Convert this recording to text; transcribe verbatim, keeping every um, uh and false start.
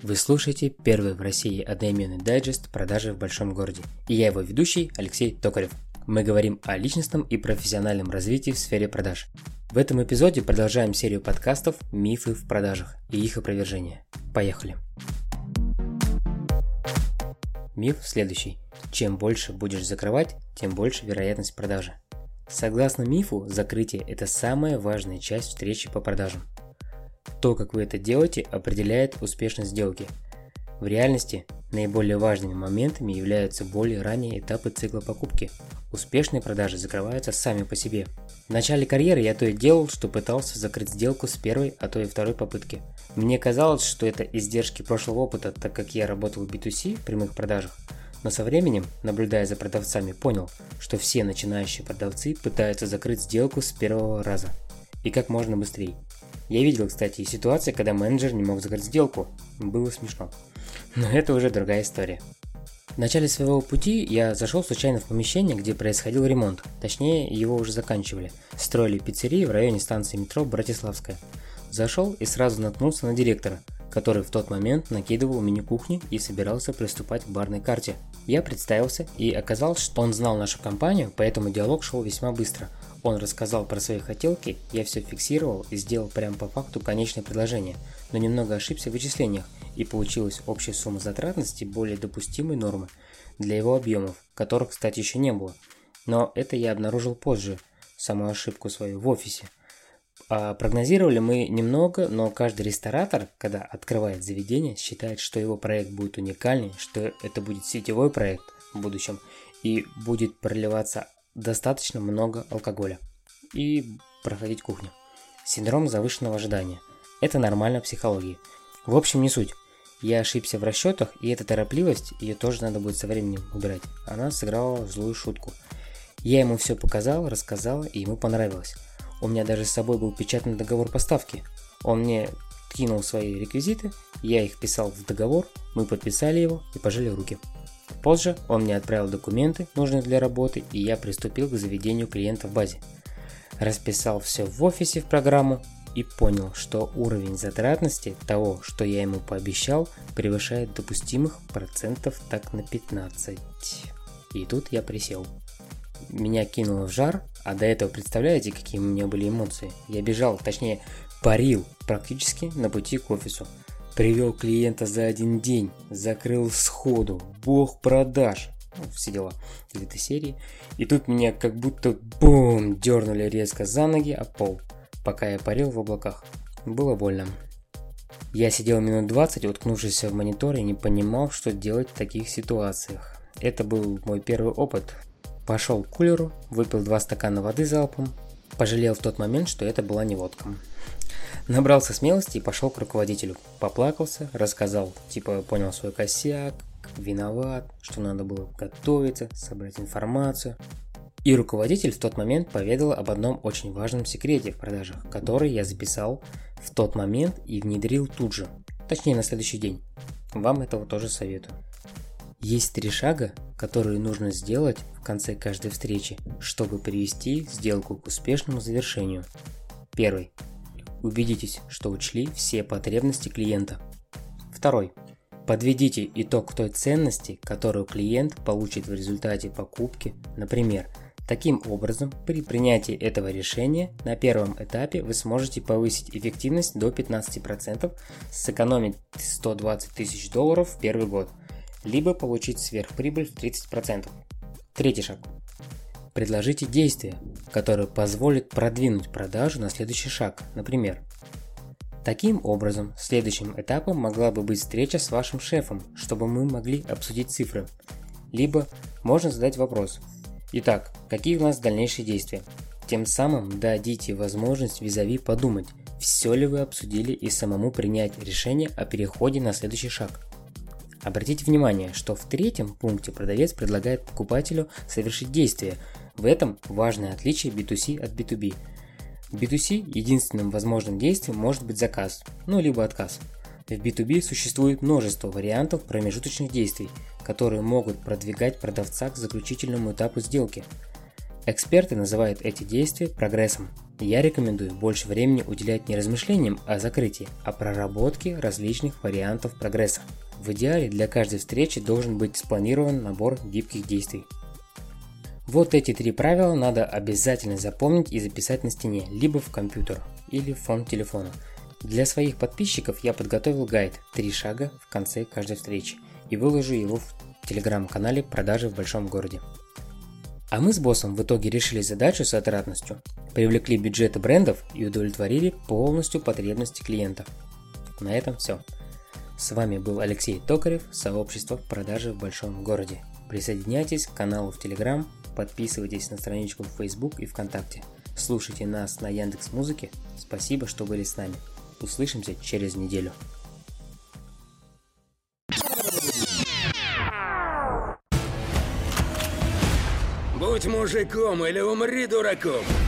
Вы слушаете первый в России одноименный дайджест «Продажи в большом городе». И я его ведущий Алексей Токарев. Мы говорим о личностном и профессиональном развитии в сфере продаж. В этом эпизоде продолжаем серию подкастов «Мифы в продажах» и их опровержение. Поехали! Миф следующий. Чем больше будешь закрывать, тем больше вероятность продажи. Согласно мифу, закрытие – это самая важная часть встречи по продажам. То, как вы это делаете, определяет успешность сделки. В реальности наиболее важными моментами являются более ранние этапы цикла покупки. Успешные продажи закрываются сами по себе. В начале карьеры я то и делал, что пытался закрыть сделку с первой, а то и второй попытки. Мне казалось, что это издержки прошлого опыта, так как я работал в би ту си в прямых продажах. Но со временем, наблюдая за продавцами, понял, что все начинающие продавцы пытаются закрыть сделку с первого раза и как можно быстрее. Я видел, кстати, и ситуации, когда менеджер не мог закрыть сделку. Было смешно. Но это уже другая история. В начале своего пути я зашел случайно в помещение, где происходил ремонт. Точнее, его уже заканчивали. Строили пиццерию в районе станции метро Братиславская. Зашел и сразу наткнулся на директора, который в тот момент накидывал меню кухни и собирался приступать к барной карте. Я представился, и оказалось, что он знал нашу компанию, поэтому диалог шел весьма быстро. Он рассказал про свои хотелки, я все фиксировал и сделал прямо по факту конечное предложение, но немного ошибся в вычислениях, и получилась общая сумма затратности более допустимой нормы для его объемов, которых, кстати, еще не было. Но это я обнаружил позже, саму ошибку свою в офисе. А прогнозировали мы немного, но каждый ресторатор, когда открывает заведение, считает, что его проект будет уникальный, что это будет сетевой проект в будущем и будет проливаться достаточно много алкоголя и проходить кухню. Синдром завышенного ожидания. Это нормально в психологии. В общем, не суть. Я ошибся в расчетах, и эта торопливость, ее тоже надо будет со временем убирать. Она сыграла злую шутку. Я ему все показал, рассказал, и ему понравилось. У меня даже с собой был печатный договор поставки. Он мне кинул свои реквизиты, я их писал в договор, мы подписали его и пожали руки. Позже он мне отправил документы, нужные для работы, и я приступил к заведению клиента в базе. Расписал все в офисе в программу и понял, что уровень затратности того, что я ему пообещал, превышает допустимых процентов так на пятнадцать. И тут я присел. Меня кинуло в жар, а до этого представляете, какие у меня были эмоции? Я бежал, точнее парил практически на пути к офису. Привел клиента за один день, закрыл сходу, бог продаж, ну, все дела из этой серии. И тут меня как будто бум, дернули резко за ноги об пол, пока я парил в облаках. Было больно. Я сидел минут двадцать, уткнувшись в монитор, и не понимал, что делать в таких ситуациях. Это был мой первый опыт. Пошел к кулеру, выпил два стакана воды залпом, пожалел в тот момент, что это была не водка. Набрался смелости и пошел к руководителю. Поплакался, рассказал, типа понял свой косяк, виноват, что надо было готовиться, собрать информацию. И руководитель в тот момент поведал об одном очень важном секрете в продажах, который я записал в тот момент и внедрил тут же, точнее на следующий день. Вам этого тоже советую. Есть три шага, которые нужно сделать в конце каждой встречи, чтобы привести сделку к успешному завершению. Первый. Убедитесь, что учли все потребности клиента. Второй. Подведите итог той ценности, которую клиент получит в результате покупки. Например, таким образом, при принятии этого решения на первом этапе вы сможете повысить эффективность до пятнадцати процентов, сэкономить сто двадцать тысяч долларов в первый год, либо получить сверхприбыль в тридцать процентов. Третий шаг. Предложите действие, которое позволит продвинуть продажу на следующий шаг. Например, таким образом, следующим этапом могла бы быть встреча с вашим шефом, чтобы мы могли обсудить цифры. Либо можно задать вопрос. Итак, какие у нас дальнейшие действия? Тем самым дадите возможность визави подумать, все ли вы обсудили, и самому принять решение о переходе на следующий шаг. Обратите внимание, что в третьем пункте продавец предлагает покупателю совершить действие. В этом важное отличие би ту си от би ту би. В би ту си единственным возможным действием может быть заказ, ну либо отказ. В би ту би существует множество вариантов промежуточных действий, которые могут продвигать продавца к заключительному этапу сделки. Эксперты называют эти действия прогрессом. Я рекомендую больше времени уделять не размышлениям о закрытии, а проработке различных вариантов прогресса. В идеале для каждой встречи должен быть спланирован набор гибких действий. Вот эти три правила надо обязательно запомнить и записать на стене, либо в компьютер, или в фон телефона. Для своих подписчиков я подготовил гайд «Три шага в конце каждой встречи» и выложу его в телеграм-канале «Продажи в большом городе». А мы с боссом в итоге решили задачу с затратностью, привлекли бюджеты брендов и удовлетворили полностью потребности клиентов. На этом все. С вами был Алексей Токарев, сообщество «Продажи в большом городе». Присоединяйтесь к каналу в Telegram, подписывайтесь на страничку в Facebook и ВКонтакте. Слушайте нас на Яндекс.Музыке. Спасибо, что были с нами. Услышимся через неделю. Будь мужиком или умри дураком.